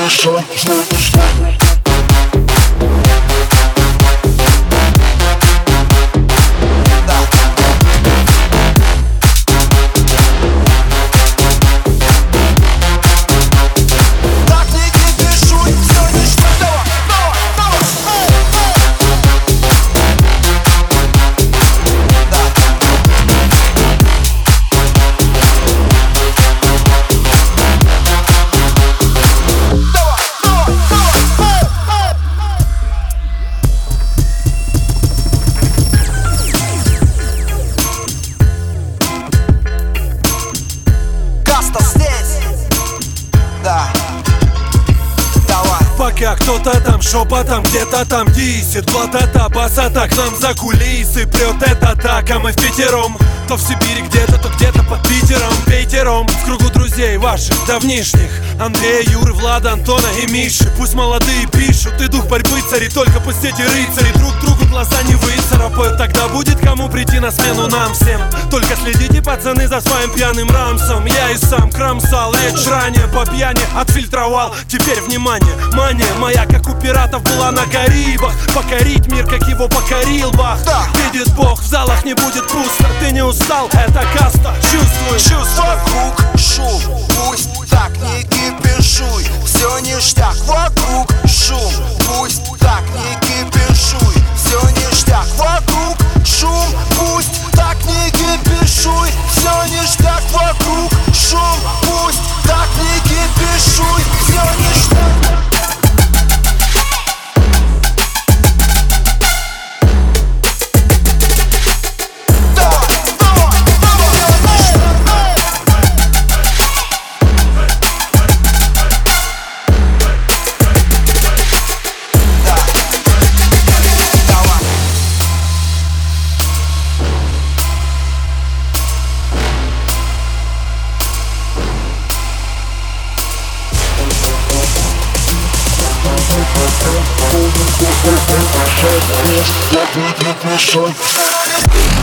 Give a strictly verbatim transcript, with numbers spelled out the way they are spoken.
Пока кто-то там шепотом где-то там дисит, блатата, басата к нам за кулисы прет эта атака. Мы впятером, то в Сибири где-то, то где-то под Питером, пятером в кругу друзей ваших давнишних: Андрея, Юры, Влада, Антона и Миши. Пусть молодые пишут, и дух борьбы царит, только пусть эти рыцари друг другу глаза не выцарапают. Тогда будет кому прийти на смену нам всем. Только следите, пацаны, за своим пьяным рамсом. Я и сам кромсал речь ранее, по пьяни отфильтровал. Теперь внимание, мания моя, как у пиратов, была на Карибах. Покорить мир, как его покорил Бах. Видит Бог, в залах не будет пусто. Ты не устал, это каста, чувствуй. Чувствуй вокруг шум, пусть так не кипишуй. Все ништяк, вокруг шум, пусть так не кипишуй. Все ништяк, вокруг шум, пусть так не кипишуй. Все ништяк, вокруг шум, пусть так не кипишуй. Все ништяк. Shut